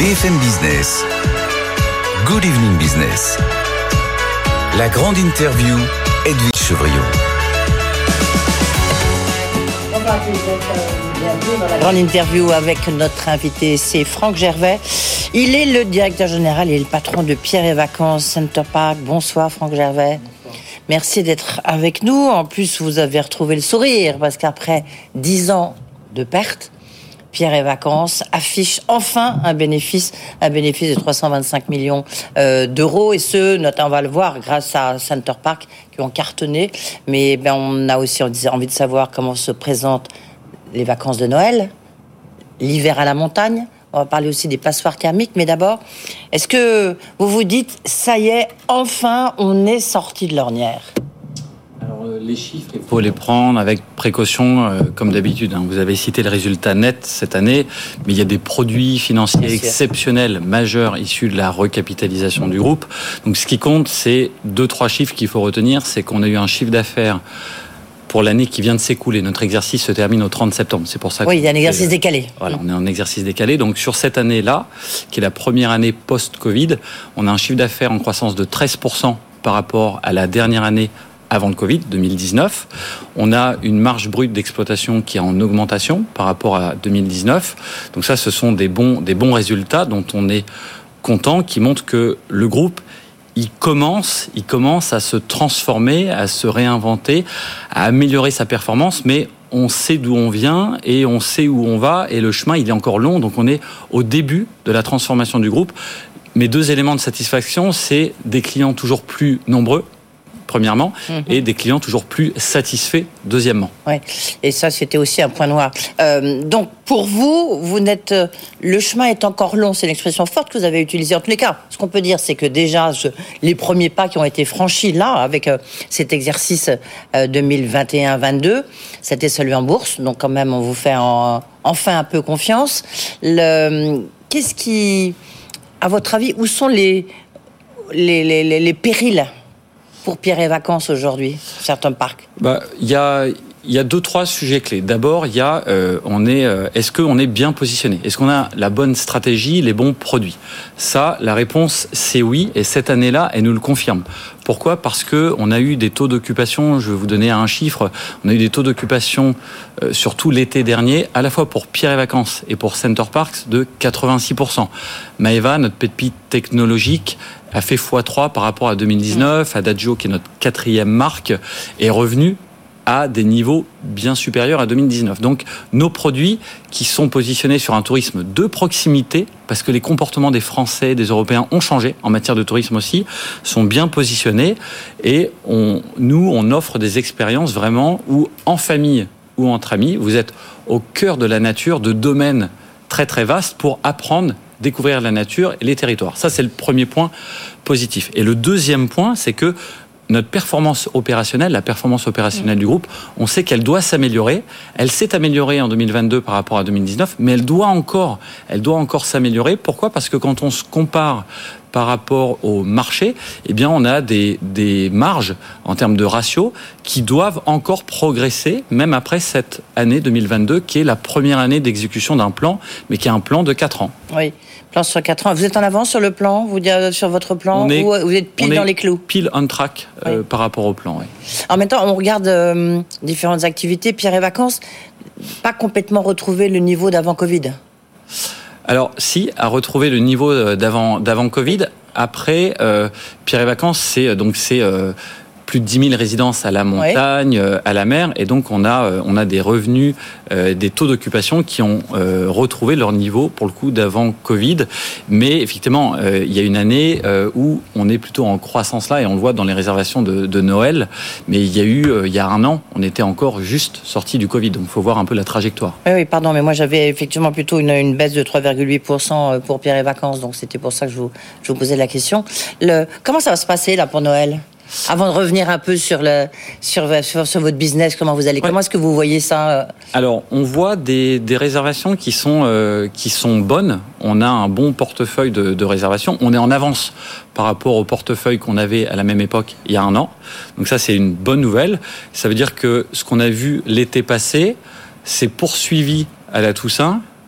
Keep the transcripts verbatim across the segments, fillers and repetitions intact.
B F M Business, Good Evening Business. La grande interview, Edwige Chevrillon. Bienvenue dans la grande interview avec notre invité, c'est Franck Gervais. Il est le directeur général et le patron de Pierre et Vacances Center Parcs. Bonsoir Franck Gervais. Bonsoir. Merci d'être avec nous. En plus, vous avez retrouvé le sourire parce qu'après dix ans de perte, Pierre et Vacances affiche enfin un bénéfice, un bénéfice de trois cent vingt-cinq millions euh, d'euros, et ce, notamment, on va le voir, grâce à Center Parcs qui ont cartonné. Mais ben, on a aussi envie de savoir comment se présentent les vacances de Noël, l'hiver à la montagne. On va parler aussi des passoires thermiques, mais d'abord, est-ce que vous vous dites, ça y est, enfin, on est sorti de l'ornière ? Alors, les chiffres, il faut les prendre avec précaution, euh, comme d'habitude. Hein. Vous avez cité le résultat net cette année, mais il y a des produits financiers exceptionnels, majeurs, issus de la recapitalisation du groupe. Donc, ce qui compte, c'est deux, trois chiffres qu'il faut retenir. C'est qu'on a eu un chiffre d'affaires pour l'année qui vient de s'écouler. Notre exercice se termine au trente septembre. C'est pour ça que oui, il y a un exercice fait, décalé. Voilà, on est en exercice décalé. Donc, sur cette année-là, qui est la première année post-Covid, on a un chiffre d'affaires en croissance de treize pour cent par rapport à la dernière année avant le Covid, deux mille dix-neuf. On a une marge brute d'exploitation qui est en augmentation par rapport à deux mille dix-neuf. Donc ça, ce sont des bons, des bons résultats dont on est content, qui montrent que le groupe, il commence, il commence à se transformer, à se réinventer, à améliorer sa performance, mais on sait d'où on vient et on sait où on va, et le chemin, il est encore long, donc on est au début de la transformation du groupe. Mes deux éléments de satisfaction, c'est des clients toujours plus nombreux, premièrement, mmh. et des clients toujours plus satisfaits, deuxièmement. Oui, et ça, c'était aussi un point noir. Euh, donc, pour vous, vous n'êtes, le chemin est encore long, c'est une expression forte que vous avez utilisée. En tous les cas, ce qu'on peut dire, c'est que déjà, je, les premiers pas qui ont été franchis là, avec euh, cet exercice euh, deux mille vingt et un vingt-deux, c'était celui en bourse, donc quand même, on vous fait en, enfin un peu confiance. Le, qu'est-ce qui, à votre avis, où sont les, les, les, les, les périls pour Pierre et Vacances aujourd'hui, certains parcs? Bah, il y a, il y a deux, trois sujets clés. D'abord, il y a, euh, on est, euh, est-ce qu'on est bien positionné? Est-ce qu'on a la bonne stratégie, les bons produits? Ça, la réponse, c'est oui. Et cette année-là, elle nous le confirme. Pourquoi? Parce que on a eu des taux d'occupation, je vais vous donner un chiffre, on a eu des taux d'occupation, euh, surtout l'été dernier, à la fois pour Pierre et Vacances et pour Center Parcs, de quatre-vingt-six pour cent. Maeva, notre pépite technologique, a fait fois trois par rapport à deux mille dix-neuf. Adagio, qui est notre quatrième marque, est revenu à des niveaux bien supérieurs à deux mille dix-neuf. Donc, nos produits qui sont positionnés sur un tourisme de proximité, parce que les comportements des Français, des Européens ont changé en matière de tourisme aussi, sont bien positionnés. Et on, nous, on offre des expériences vraiment où, en famille ou entre amis, vous êtes au cœur de la nature, de domaines très très vastes pour apprendre, découvrir la nature et les territoires. Ça, c'est le premier point positif. Et le deuxième point, c'est que notre performance opérationnelle, la performance opérationnelle du groupe, on sait qu'elle doit s'améliorer. Elle s'est améliorée en deux mille vingt-deux par rapport à deux mille dix-neuf, mais elle doit encore, elle doit encore s'améliorer. Pourquoi? Parce que quand on se compare par rapport au marché, eh bien, on a des, des marges en termes de ratio qui doivent encore progresser, même après cette année deux mille vingt-deux, qui est la première année d'exécution d'un plan, mais qui est un plan de quatre ans. Oui, plan sur quatre ans. Vous êtes en avance sur le plan, vous dites sur votre plan, est, ou vous êtes pile dans les clous? Pile on track euh, oui. par rapport au plan, oui. En même temps, on regarde euh, différentes activités. Pierre et Vacances, pas complètement retrouver le niveau d'avant Covid. Alors, si, à retrouver le niveau d'avant, d'avant Covid. Après, euh, Pierre et Vacances, c'est donc c'est euh, plus de dix mille résidences à la montagne, ouais. euh, à la mer, et donc on a euh, on a des revenus, euh, des taux d'occupation qui ont euh, retrouvé leur niveau pour le coup d'avant Covid. Mais effectivement, euh, il y a une année euh, où on est plutôt en croissance là, et on le voit dans les réservations de, de Noël. Mais il y a eu euh, il y a un an, on était encore juste sorti du Covid, donc il faut voir un peu la trajectoire. Oui, oui, pardon, mais moi j'avais effectivement plutôt une, une baisse de trois virgule huit pour cent pour Pierre et Vacances, donc c'était pour ça que je vous je vous posais la question. Le, comment ça va se passer là pour Noël? Avant de revenir un peu sur, le, sur, sur, sur votre business, comment vous allez, ouais. comment est-ce que vous voyez ça? Alors, on voit des, des réservations qui sont, euh, qui sont bonnes. On a un bon portefeuille de, de réservations. On est en avance par rapport au portefeuille qu'on avait à la même époque il y a un an. Donc ça, c'est une bonne nouvelle. Ça veut dire que ce qu'on a vu l'été passé s'est poursuivi à la Toussaint.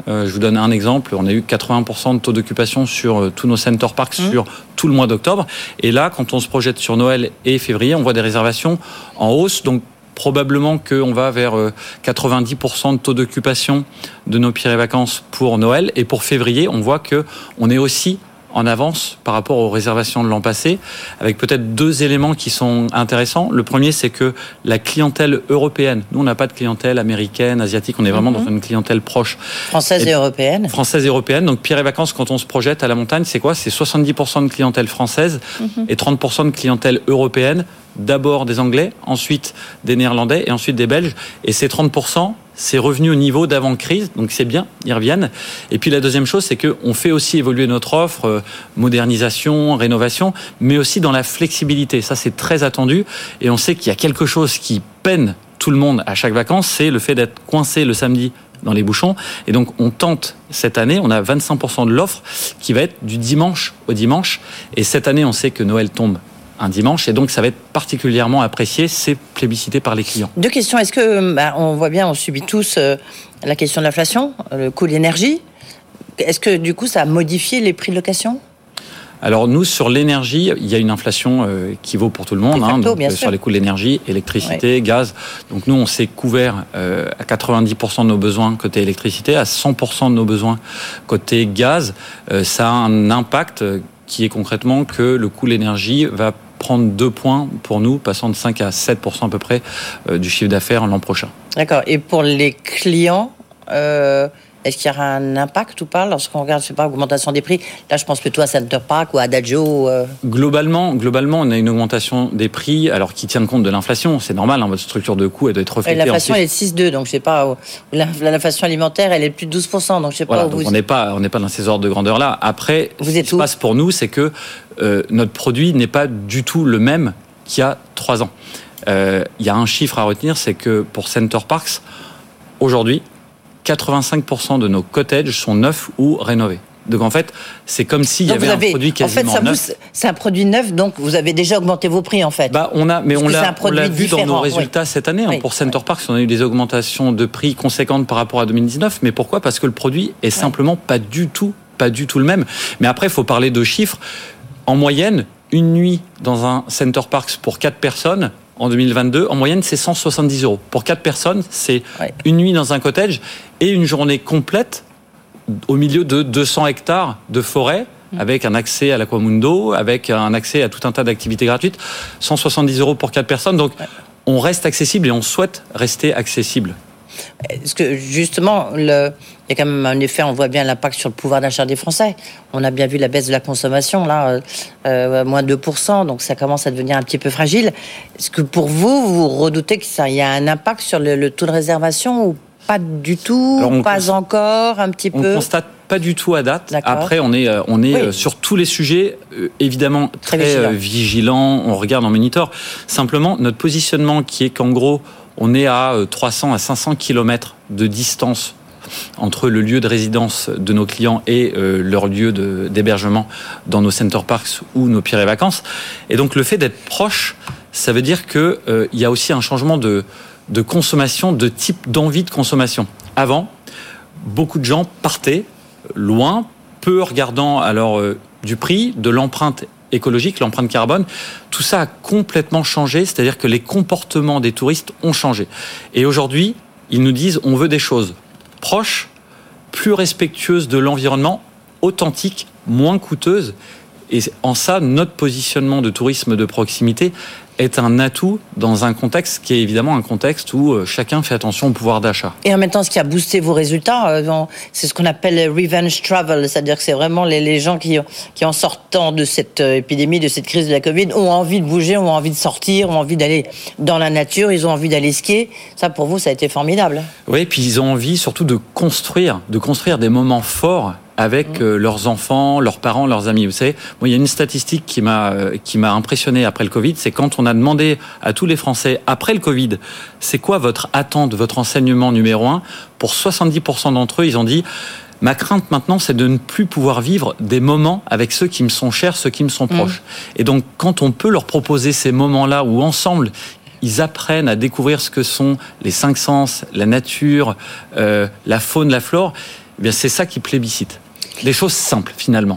Euh, je vous donne un exemple. On a eu quatre-vingts pour cent de taux d'occupation sur euh, tous nos center parks mmh. sur tout le mois d'octobre. Et là, quand on se projette sur Noël et février, on voit des réservations en hausse. Donc, probablement qu'on va vers quatre-vingt-dix pour cent de taux d'occupation de nos Pirée Vacances pour Noël. Et pour février, on voit qu'on est aussi en avance par rapport aux réservations de l'an passé, avec peut-être deux éléments qui sont intéressants. Le premier, c'est que la clientèle européenne, nous on n'a pas de clientèle américaine, asiatique, on est vraiment mm-hmm. dans une clientèle proche. Française et, et européenne. Française et européenne. Donc Pirée Vacances, quand on se projette à la montagne, c'est quoi ? C'est soixante-dix pour cent de clientèle française mm-hmm. et trente pour cent de clientèle européenne. D'abord des Anglais, ensuite des Néerlandais et ensuite des Belges. Et ces trente pour cent, c'est revenu au niveau d'avant-crise, donc c'est bien, ils reviennent. Et puis la deuxième chose, c'est qu'on fait aussi évoluer notre offre, euh, modernisation, rénovation, mais aussi dans la flexibilité. Ça, c'est très attendu. Et on sait qu'il y a quelque chose qui peine tout le monde à chaque vacances, c'est le fait d'être coincé le samedi dans les bouchons. Et donc, on tente cette année, on a vingt-cinq pour cent de l'offre qui va être du dimanche au dimanche. Et cette année, on sait que Noël tombe un dimanche, et donc ça va être particulièrement apprécié, c'est plébiscité par les clients. Deux questions. Est-ce que, bah, on voit bien, on subit tous euh, la question de l'inflation, le coût de l'énergie. Est-ce que du coup ça a modifié les prix de location ? Alors nous, sur l'énergie, il y a une inflation euh, qui vaut pour tout le monde, facto, hein, donc, euh, sur les coûts de l'énergie, électricité, ouais. gaz. Donc nous, on s'est couvert euh, à quatre-vingt-dix pour cent de nos besoins côté électricité, à cent pour cent de nos besoins côté gaz. Euh, ça a un impact qui est concrètement que le coût de l'énergie va prendre deux points pour nous, passant de cinq à sept pour cent à peu près euh, du chiffre d'affaires l'an prochain. D'accord. Et pour les clients, euh, est-ce qu'il y aura un impact ou pas lorsqu'on regarde, je sais pas, augmentation des prix ? Là, je pense plutôt à Center Parcs ou à Adagio. Euh... Globalement, globalement, on a une augmentation des prix, alors qui tient compte de l'inflation. C'est normal, hein, votre structure de coût, elle doit être reflétée. Et l'inflation, elle est de six virgule deux, donc je sais pas. L'inflation alimentaire, elle est de plus de douze pour cent, donc je sais pas. Voilà, où donc vous... on n'est pas, on n'est pas dans ces ordres de grandeur-là. Après, vous ce qui se passe pour nous, c'est que euh, notre produit n'est pas du tout le même qu'il y a trois ans. Euh, il y a un chiffre à retenir, c'est que pour Center Parcs, aujourd'hui, quatre-vingt-cinq pour cent de nos cottages sont neufs ou rénovés. Donc en fait, c'est comme s'il y avait avez, un produit quasiment en fait, ça neuf. Vous, c'est un produit neuf, donc vous avez déjà augmenté vos prix en fait. Bah on a, mais on l'a, on l'a vu dans nos résultats oui. cette année. Oui. Pour Center oui. Parcs, on a eu des augmentations de prix conséquentes par rapport à deux mille dix-neuf. Mais pourquoi ? Parce que le produit est simplement oui. pas du tout, pas du tout le même. Mais après, il faut parler de chiffres. En moyenne, une nuit dans un Center Parcs pour quatre personnes. En deux mille vingt-deux, en moyenne, c'est cent soixante-dix euros. Pour quatre personnes, c'est ouais. une nuit dans un cottage et une journée complète au milieu de deux cents hectares de forêt, mmh. avec un accès à l'Aquamundo, avec un accès à tout un tas d'activités gratuites. cent soixante-dix euros pour quatre personnes. Donc, ouais. on reste accessible et on souhaite rester accessible. Parce que justement, le... il y a quand même un effet, on voit bien l'impact sur le pouvoir d'achat des Français. On a bien vu la baisse de la consommation, là, euh, moins deux pour cent, donc ça commence à devenir un petit peu fragile. Est-ce que pour vous, vous redoutez qu'il y a un impact sur le, le taux de réservation ou pas du tout, Alors pas cons... encore, un petit on peu On constate pas du tout à date. D'accord. Après, on est, on est oui. sur tous les sujets, euh, évidemment, très, très vigilant. vigilant, on regarde, on monitor. Simplement, notre positionnement qui est qu'en gros, on est à trois cents à cinq cents kilomètres de distance entre le lieu de résidence de nos clients et euh, leur lieu de, d'hébergement dans nos Center Parcs ou nos Pirée Vacances. Et donc, le fait d'être proche, ça veut dire qu'il euh, y a aussi un changement de, de consommation, de type d'envie de consommation. Avant, beaucoup de gens partaient loin, peu regardant alors euh, du prix, de l'empreinte écologique, l'empreinte carbone, tout ça a complètement changé, c'est-à-dire que les comportements des touristes ont changé. Et aujourd'hui, ils nous disent on veut des choses proches, plus respectueuses de l'environnement, authentiques, moins coûteuses. Et en ça, notre positionnement de tourisme de proximité est un atout dans un contexte qui est évidemment un contexte où chacun fait attention au pouvoir d'achat. Et en même temps, ce qui a boosté vos résultats, c'est ce qu'on appelle revenge travel, c'est-à-dire que c'est vraiment les, les gens qui, qui, en sortant de cette épidémie, de cette crise de la Covid, ont envie de bouger, ont envie de sortir, ont envie d'aller dans la nature, ils ont envie d'aller skier. Ça, pour vous, ça a été formidable. Oui, et puis ils ont envie surtout de construire, de construire des moments forts avec euh, leurs enfants, leurs parents, leurs amis. Vous savez, moi, il y a une statistique qui m'a euh, qui m'a impressionné après le Covid, c'est quand on a demandé à tous les Français après le Covid, c'est quoi votre attente, votre enseignement numéro un ? Pour soixante-dix pour cent d'entre eux, ils ont dit ma crainte maintenant, c'est de ne plus pouvoir vivre des moments avec ceux qui me sont chers, ceux qui me sont proches. Mmh. Et donc, quand on peut leur proposer ces moments-là où ensemble ils apprennent à découvrir ce que sont les cinq sens, la nature, euh, la faune, la flore. Eh bien, c'est ça qui plébiscite. Des choses simples, finalement.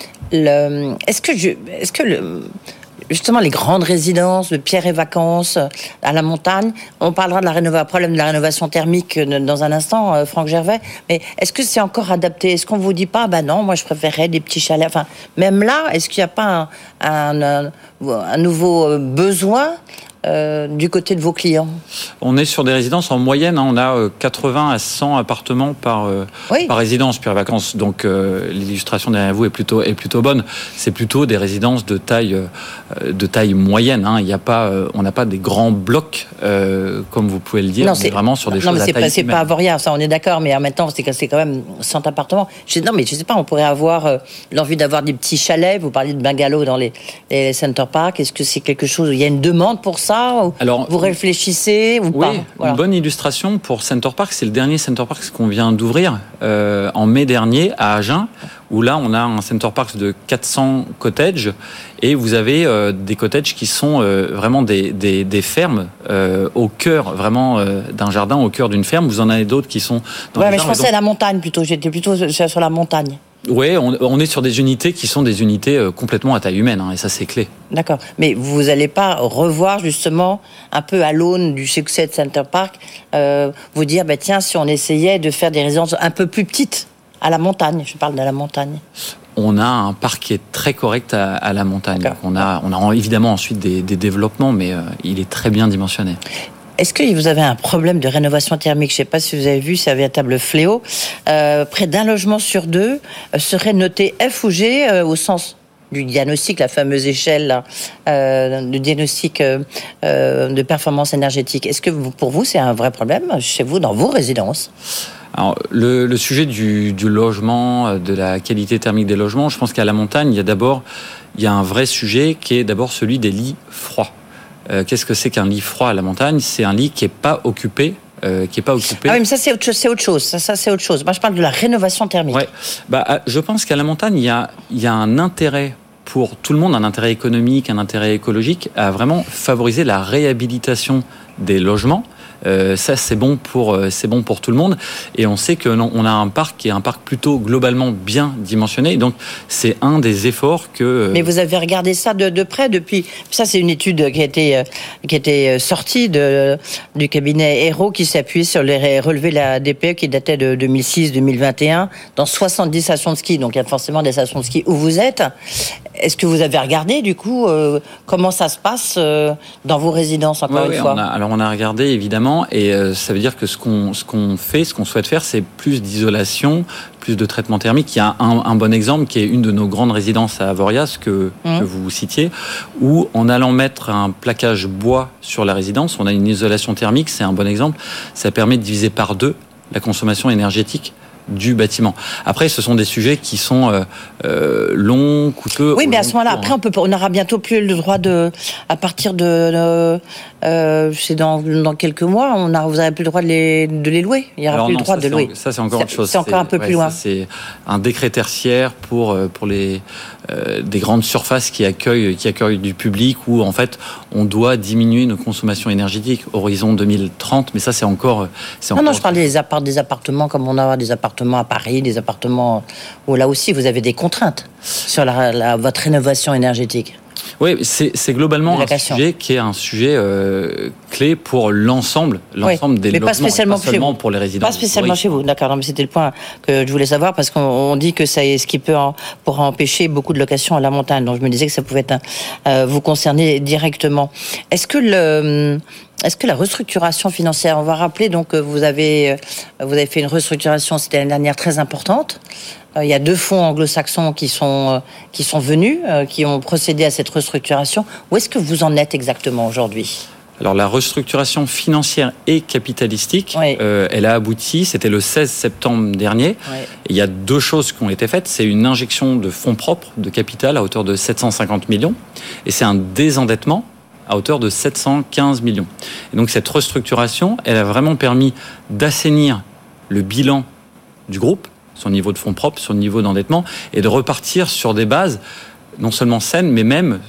Le, est-ce que, je, est-ce que le, justement les grandes résidences de pierre et vacances à la montagne, on parlera de la rénovation, problème de la rénovation thermique dans un instant, euh, Franck Gervais, mais est-ce que c'est encore adapté? Est-ce qu'on vous dit pas, bah non, moi je préférerais des petits chalets? Enfin, même là, est-ce qu'il n'y a pas un, un, un, un nouveau besoin Euh, du côté de vos clients? On est sur des résidences en moyenne, hein, on a euh, quatre-vingts à cent appartements par, euh, oui. par résidence, Pierre Vacances. Donc euh, l'illustration derrière vous est plutôt, est plutôt bonne. C'est plutôt des résidences de taille, euh, de taille moyenne. Hein. Il y a pas, euh, on n'a pas des grands blocs, euh, comme vous pouvez le dire. Non, on c'est est vraiment sur des non, choses mais à c'est taille pas, c'est pas Avoria, ça on est d'accord, mais en même temps c'est, c'est quand même cent appartements. Je, non mais je sais pas, on pourrait avoir euh, l'envie d'avoir des petits chalets. Vous parlez de bungalows dans les, les center parks. Est-ce que c'est quelque chose, il y a une demande pour ça ou Alors, vous réfléchissez ou oui, pas? Voilà. Une bonne illustration pour Center Park, c'est le dernier Center Park qu'on vient d'ouvrir euh, en mai dernier à Agen, où là on a un Center Park de quatre cents cottages et vous avez euh, des cottages qui sont euh, vraiment des, des, des fermes euh, au cœur vraiment euh, d'un jardin, au cœur d'une ferme. Vous en avez d'autres qui sont dans ouais, les mais arbres, je pensais donc... à la montagne plutôt. J'étais plutôt sur la montagne. Oui, on, on est sur des unités qui sont des unités euh, complètement à taille humaine, hein, et ça c'est clé. D'accord, mais vous n'allez pas revoir justement un peu à l'aune du succès de Center Park, euh, vous dire bah, tiens, si on essayait de faire des résidences un peu plus petites à la montagne, je parle de la montagne. On a un parc qui est très correct à, à la montagne. Donc on a, on a évidemment ensuite des, des développements, mais euh, il est très bien dimensionné. Est-ce que vous avez un problème de rénovation thermique? Je ne sais pas si vous avez vu, c'est un véritable fléau. Euh, près d'un logement sur deux euh, serait noté F ou G euh, au sens du diagnostic, la fameuse échelle là, euh, de diagnostic euh, euh, de performance énergétique. Est-ce que vous, pour vous, c'est un vrai problème chez vous, dans vos résidences? Alors, le, le sujet du, du logement, de la qualité thermique des logements, je pense qu'à la montagne, il y a d'abord il y a un vrai sujet qui est d'abord celui des lits froids. Euh, qu'est-ce que c'est qu'un lit froid à la montagne? C'est un lit qui n'est pas occupé. Euh, qui est pas occupé. Ah oui, mais ça c'est autre chose. C'est autre chose. Ça, ça c'est autre chose. Moi, je parle de la rénovation thermique. Ouais. Bah, je pense qu'à la montagne, il y a, il y a un intérêt pour tout le monde, un intérêt économique, un intérêt écologique, à vraiment favoriser la réhabilitation des logements. Euh, ça, c'est bon pour, c'est bon pour tout le monde. Et on sait qu'on a un parc qui est un parc plutôt globalement bien dimensionné. Donc, c'est un des efforts que... Mais vous avez regardé ça de, de près depuis... Ça, c'est une étude qui a été, qui a été sortie de, du cabinet Hero qui s'est appuyé sur les relevés de la D P E qui dataient de deux mille six deux mille vingt et un dans soixante-dix stations de ski. Donc, il y a forcément des stations de ski où vous êtes. Est-ce que vous avez regardé, du coup, euh, comment ça se passe euh, dans vos résidences, encore ouais, une fois? on a, Alors, on a regardé, évidemment, et euh, ça veut dire que ce qu'on, ce qu'on fait, ce qu'on souhaite faire, c'est plus d'isolation, plus de traitement thermique. Il y a un, un bon exemple qui est une de nos grandes résidences à Avoriaz, que, mmh. que vous citiez, où en allant mettre un plaquage bois sur la résidence, on a une isolation thermique, c'est un bon exemple. Ça permet de diviser par deux la consommation énergétique du bâtiment. Après, ce sont des sujets qui sont euh, euh, longs, coûteux. Oui, mais à ce moment-là, après, on peut, on n'aura bientôt plus le droit de, à partir de, de euh, c'est dans, dans quelques mois, on a, vous n'aurez plus le droit de les, de les louer. Il n'y aura Alors plus non, le droit ça, de louer. En, ça, c'est encore c'est, autre chose. C'est encore un peu ouais, plus loin. Ça, c'est un décret tertiaire pour pour les euh, des grandes surfaces qui accueillent qui accueillent du public où en fait on doit diminuer nos consommations énergétiques horizon deux mille trente. Mais ça, c'est encore. C'est non, encore non, je parlais des, appart- des appartements comme on a des appartements à Paris, des appartements où là aussi vous avez des contraintes sur la, la, votre rénovation énergétique. Oui, c'est, c'est globalement un sujet qui est un sujet euh, clé pour l'ensemble, l'ensemble oui, des mais logements, pas spécialement pas seulement chez vous. pour les résidents. Pas spécialement chez vous, d'accord. Non, mais c'était le point que je voulais savoir parce qu'on on dit que ça est ce qui peut en, pour empêcher beaucoup de locations à la montagne. Donc je me disais que ça pouvait être un, euh, vous concerner directement. Est-ce que le Est-ce que la restructuration financière, on va rappeler donc que vous avez vous avez fait une restructuration, c'était l'année dernière, très importante. Il y a deux fonds anglo-saxons qui sont qui sont venus, qui ont procédé à cette restructuration. Où est-ce que vous en êtes exactement aujourd'hui ? Alors la restructuration financière et capitalistique, oui. euh, elle a abouti, c'était le seize septembre dernier. Oui. Et il y a deux choses qui ont été faites. C'est une injection de fonds propres, de capital à hauteur de sept cent cinquante millions. Et c'est un désendettement à hauteur de sept cent quinze millions. Et donc cette restructuration, elle a vraiment permis d'assainir le bilan du groupe, son niveau de fonds propres, son niveau d'endettement, et de repartir sur des bases non seulement saines, mais même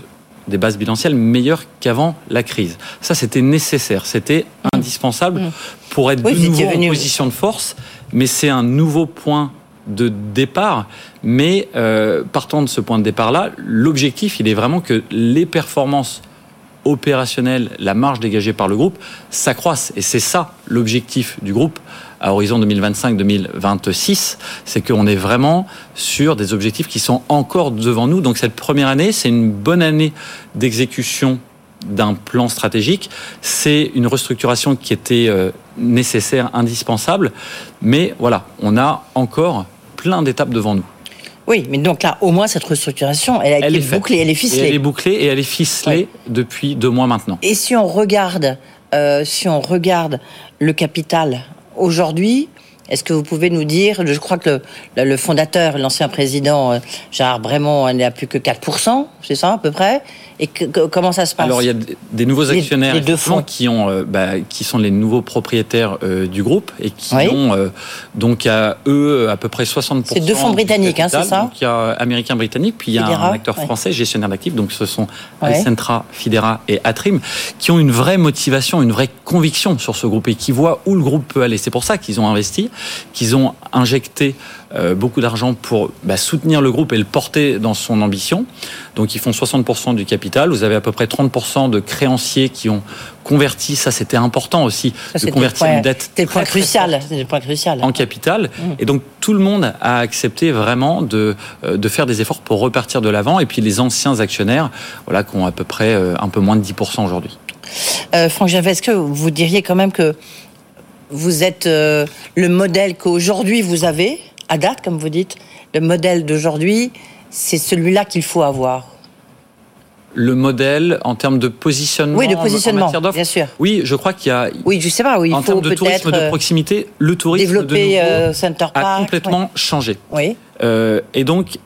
des bases bilancielles meilleures qu'avant la crise. Ça, c'était nécessaire, c'était mmh. indispensable mmh. pour être oui, de nouveau en position de force, mais c'est un nouveau point de départ. Mais euh, partant de ce point de départ-là, l'objectif, il est vraiment que les performances opérationnelles, la marge dégagée par le groupe, s'accroissent. Et c'est ça l'objectif du groupe à horizon deux mille vingt-cinq deux mille vingt-six, c'est qu'on est vraiment sur des objectifs qui sont encore devant nous. Donc cette première année, c'est une bonne année d'exécution d'un plan stratégique. C'est une restructuration qui était euh, nécessaire, indispensable. Mais voilà, on a encore plein d'étapes devant nous. Oui, mais donc là, au moins, cette restructuration, elle a elle été bouclée, elle est ficelée. Et elle est bouclée et elle est ficelée oui. depuis deux mois maintenant. Et si on regarde, euh, si on regarde le capital aujourd'hui, est-ce que vous pouvez nous dire, je crois que le, le fondateur, l'ancien président euh, Gérard Brémond, n'est à plus que quatre pour cent, c'est ça à peu près? Et que, que, comment ça se passe? Alors il y a des nouveaux actionnaires les, les deux fonds. qui ont, euh, bah, qui sont les nouveaux propriétaires euh, du groupe et qui oui. ont euh, donc à eux à peu près soixante pour cent. C'est deux fonds britanniques, hein, c'est ça? Donc il y a américain britannique, puis il y a Fidera, un acteur ouais. français gestionnaire d'actifs. Donc ce sont ouais. Alcentra, Fidera et Atrim qui ont une vraie motivation, une vraie conviction sur ce groupe et qui voient où le groupe peut aller. C'est pour ça qu'ils ont investi, qu'ils ont injecté euh, beaucoup d'argent pour bah, soutenir le groupe et le porter dans son ambition. Donc ils font soixante pour cent du capital. Vous avez à peu près trente pour cent de créanciers qui ont converti. Ça, c'était important aussi ça, de convertir point, une dette. C'était le point crucial. C'était le point crucial. En capital. Mmh. Et donc tout le monde a accepté vraiment de de faire des efforts pour repartir de l'avant. Et puis les anciens actionnaires, voilà, qui ont à peu près un peu moins de dix pour cent aujourd'hui. Euh, Franck Gervais, est-ce que vous diriez quand même que vous êtes euh, le modèle qu'aujourd'hui vous avez, à date, comme vous dites, le modèle d'aujourd'hui, c'est celui-là qu'il faut avoir? Le modèle en termes de positionnement, oui, de positionnement, en matière d'offres. Bien sûr. Oui, je crois qu'il y a. Oui, je sais pas. Oui, il en faut termes de tourisme de proximité, le tourisme développer de nouveau euh, Center Park, a complètement ouais. changé. Oui. Euh, et donc,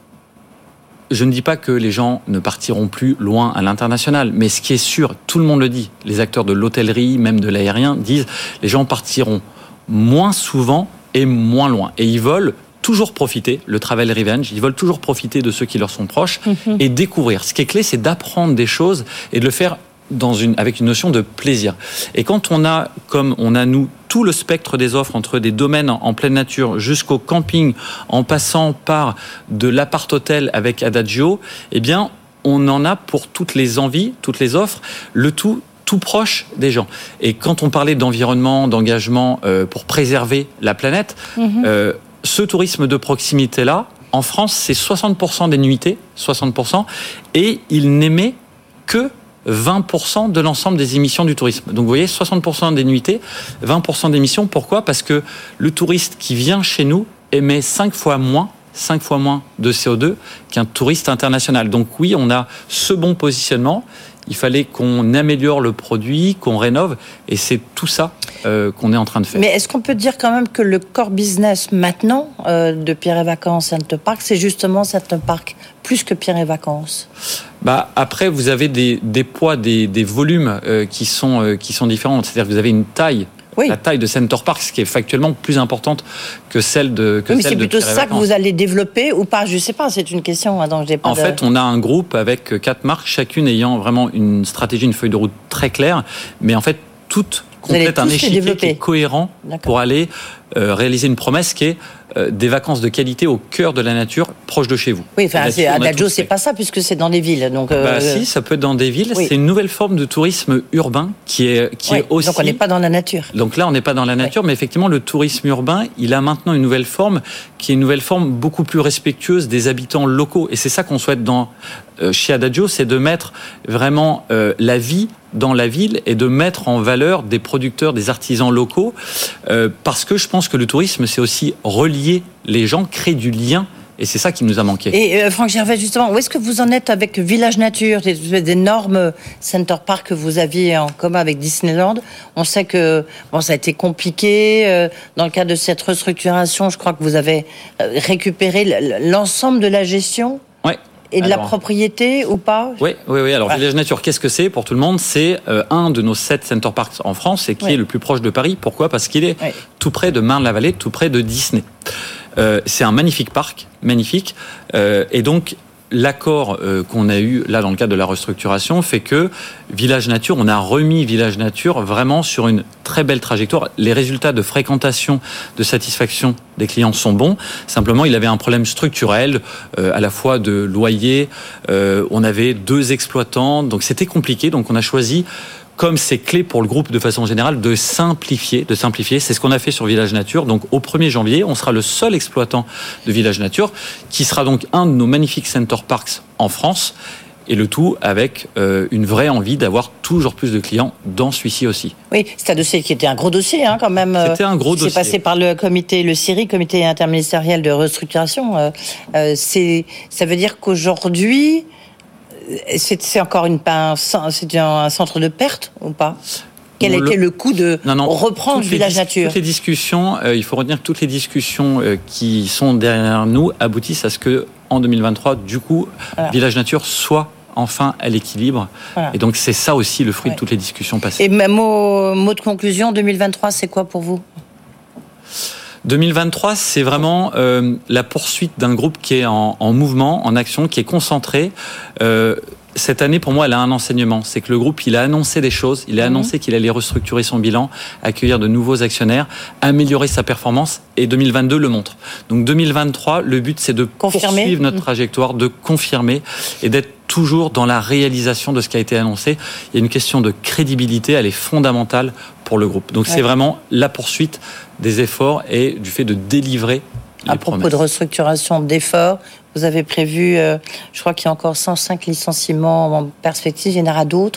je ne dis pas que les gens ne partiront plus loin à l'international, mais ce qui est sûr, tout le monde le dit. Les acteurs de l'hôtellerie, même de l'aérien, disent les gens partiront moins souvent et moins loin. Et ils veulent toujours profiter, le travel revenge, ils veulent toujours profiter de ceux qui leur sont proches mmh. et découvrir. Ce qui est clé, c'est d'apprendre des choses et de le faire dans une, avec une notion de plaisir. Et quand on a, comme on a nous, tout le spectre des offres entre des domaines en, en pleine nature jusqu'au camping, en passant par de l'appart-hôtel avec Adagio, eh bien, on en a pour toutes les envies, toutes les offres, le tout tout proche des gens. Et quand on parlait d'environnement, d'engagement euh, pour préserver la planète, mmh. euh, ce tourisme de proximité-là, en France, c'est soixante pour cent des nuitées, soixante pour cent, et il n'émet que vingt pour cent de l'ensemble des émissions du tourisme. Donc vous voyez, soixante pour cent des nuitées, vingt pour cent d'émissions. Pourquoi ? Parce que le touriste qui vient chez nous émet cinq fois moins, cinq fois moins de C O deux qu'un touriste international. Donc oui, on a ce bon positionnement. Il fallait qu'on améliore le produit, qu'on rénove, et c'est tout ça euh, qu'on est en train de faire. Mais est-ce qu'on peut dire quand même que le core business maintenant euh, de Pierre et Vacances Center Park, c'est justement Center Park, plus que Pierre et Vacances? Bah après, vous avez des, des poids, des, des volumes euh, qui sont euh, qui sont différents. C'est-à-dire que vous avez une taille. Oui. La taille de Center Park, ce qui est factuellement plus importante que celle de que oui, mais celle c'est plutôt de ça que vous allez développer ou pas? Je sais pas, c'est une question. Hein, donc j'ai pas en de... fait, on a un groupe avec quatre marques, chacune ayant vraiment une stratégie, une feuille de route très claire, mais en fait toutes complètent un échiquier qui est cohérent D'accord. pour aller euh, réaliser une promesse qui est euh, des vacances de qualité au cœur de la nature, proche de chez vous. Oui, enfin, c'est, Adagio, c'est pas ça puisque c'est dans des villes. Donc, euh... bah, si, ça peut être dans des villes. Oui. C'est une nouvelle forme de tourisme urbain qui est qui oui, est aussi. Donc on n'est pas dans la nature. Donc là, on n'est pas dans la nature, oui. mais effectivement, le tourisme urbain, il a maintenant une nouvelle forme qui est une nouvelle forme beaucoup plus respectueuse des habitants locaux. Et c'est ça qu'on souhaite dans euh, chez Adagio, c'est de mettre vraiment euh, la vie dans la ville et de mettre en valeur des producteurs, des artisans locaux, euh, parce que je pense que le tourisme, c'est aussi relier les gens, créer du lien, et c'est ça qui nous a manqué. Et euh, Franck Gervais, justement, où est-ce que vous en êtes avec Village Nature, des énormes Center Park que vous aviez en commun avec Disneyland? On sait que bon, ça a été compliqué. Euh, dans le cadre de cette restructuration, je crois que vous avez récupéré l'ensemble de la gestion. Ouais. Et de Alors, la propriété ou pas? Oui, oui, oui. Alors, ouais. Village Nature, qu'est-ce que c'est pour tout le monde? C'est euh, un de nos sept Center Parks en France et qui ouais. est le plus proche de Paris. Pourquoi? Parce qu'il est ouais. tout près de Marne-la-Vallée, tout près de Disney. Euh, c'est un magnifique parc, magnifique. Euh, et donc, l'accord euh, qu'on a eu là dans le cadre de la restructuration fait que Village Nature, on a remis Village Nature vraiment sur une très belle trajectoire. Les résultats de fréquentation, de satisfaction des clients sont bons. Simplement, il avait un problème structurel, euh, à la fois de loyer. Euh, on avait deux exploitants, donc c'était compliqué. Donc on a choisi, comme c'est clé pour le groupe de façon générale, de simplifier, de simplifier. C'est ce qu'on a fait sur Village Nature. Donc au premier janvier, on sera le seul exploitant de Village Nature, qui sera donc un de nos magnifiques Center Parks en France. Et le tout avec euh, une vraie envie d'avoir toujours plus de clients dans celui-ci aussi. Oui, c'est un dossier qui était un gros dossier hein, quand même. C'était un gros dossier. C'est passé par le comité, le C I R I, comité interministériel de restructuration. Euh, euh, c'est, ça veut dire qu'aujourd'hui, c'est, c'est encore une, un, c'est un centre de perte ou pas ? Quel le... était le coût de non, non, reprendre Village dis- Nature ? Toutes les discussions, euh, il faut retenir que toutes les discussions euh, qui sont derrière nous aboutissent à ce que en deux mille vingt-trois, du coup, voilà. Village Nature soit enfin à l'équilibre. Voilà. Et donc, c'est ça aussi le fruit ouais. de toutes les discussions passées. Et même mot, mot de conclusion, deux mille vingt-trois, c'est quoi pour vous ? deux mille vingt-trois, c'est vraiment euh, la poursuite d'un groupe qui est en, en mouvement, en action, qui est concentré. Euh, cette année, pour moi, elle a un enseignement. C'est que le groupe, il a annoncé des choses. Il a mmh. annoncé qu'il allait restructurer son bilan, accueillir de nouveaux actionnaires, améliorer sa performance. Et deux mille vingt-deux le montre. Donc deux mille vingt-trois, le but, c'est de confirmer. poursuivre notre trajectoire, de confirmer et d'être toujours dans la réalisation de ce qui a été annoncé. Il y a une question de crédibilité, elle est fondamentale pour le groupe. Donc ouais. c'est vraiment la poursuite des efforts et du fait de délivrer les à propos promesses. De restructuration, d'efforts, vous avez prévu, euh, je crois qu'il y a encore cent cinq licenciements en perspective, il y en aura d'autres ?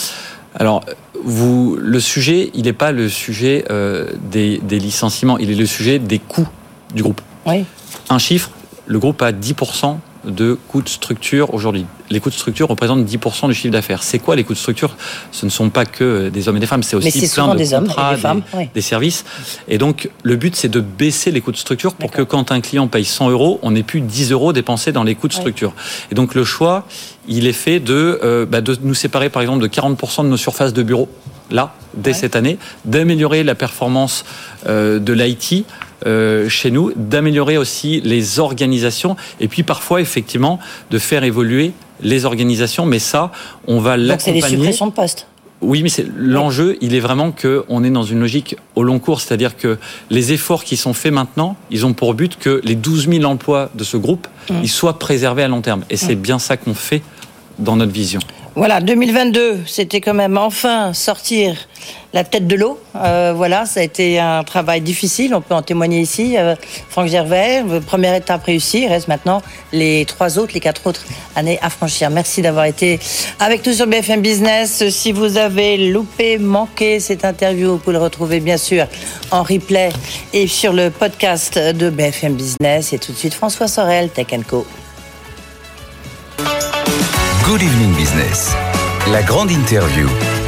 Alors, vous, le sujet, il n'est pas le sujet euh, des, des licenciements, il est le sujet des coûts du groupe. Oui. Un chiffre, le groupe a dix pour cent de coûts de structure aujourd'hui. Les coûts de structure représentent dix pour cent du chiffre d'affaires. C'est quoi les coûts de structure ? Ce ne sont pas que des hommes et des femmes, c'est aussi c'est plein de des contrats, hommes et des, femmes, des, oui. des services. Et donc, le but, c'est de baisser les coûts de structure pour D'accord. que quand un client paye cent euros, on n'ait plus dix euros dépensés dans les coûts de structure. Oui. Et donc, le choix, il est fait de, euh, bah, de nous séparer, par exemple, de quarante pour cent de nos surfaces de bureaux, là, dès ouais. cette année, d'améliorer la performance euh, de l'I T euh, chez nous, d'améliorer aussi les organisations, et puis parfois, effectivement, de faire évoluer les organisations, mais ça, on va Donc l'accompagner. Donc c'est des suppressions de postes. Oui, mais c'est, l'enjeu, il est vraiment qu'on est dans une logique au long cours, c'est-à-dire que les efforts qui sont faits maintenant, ils ont pour but que les douze mille emplois de ce groupe, mmh. ils soient préservés à long terme. Et c'est mmh. bien ça qu'on fait dans notre vision. Voilà, deux mille vingt-deux, c'était quand même enfin sortir la tête de l'eau. Euh, voilà, ça a été un travail difficile, on peut en témoigner ici. Euh, Franck Gervais, première étape réussie, il reste maintenant les trois autres, les quatre autres années à franchir. Merci d'avoir été avec nous sur B F M Business. Si vous avez loupé, manqué cette interview, vous pouvez le retrouver bien sûr en replay et sur le podcast de B F M Business. Et tout de suite, François Sorel, Tech and Co. Good Evening Business, la grande interview.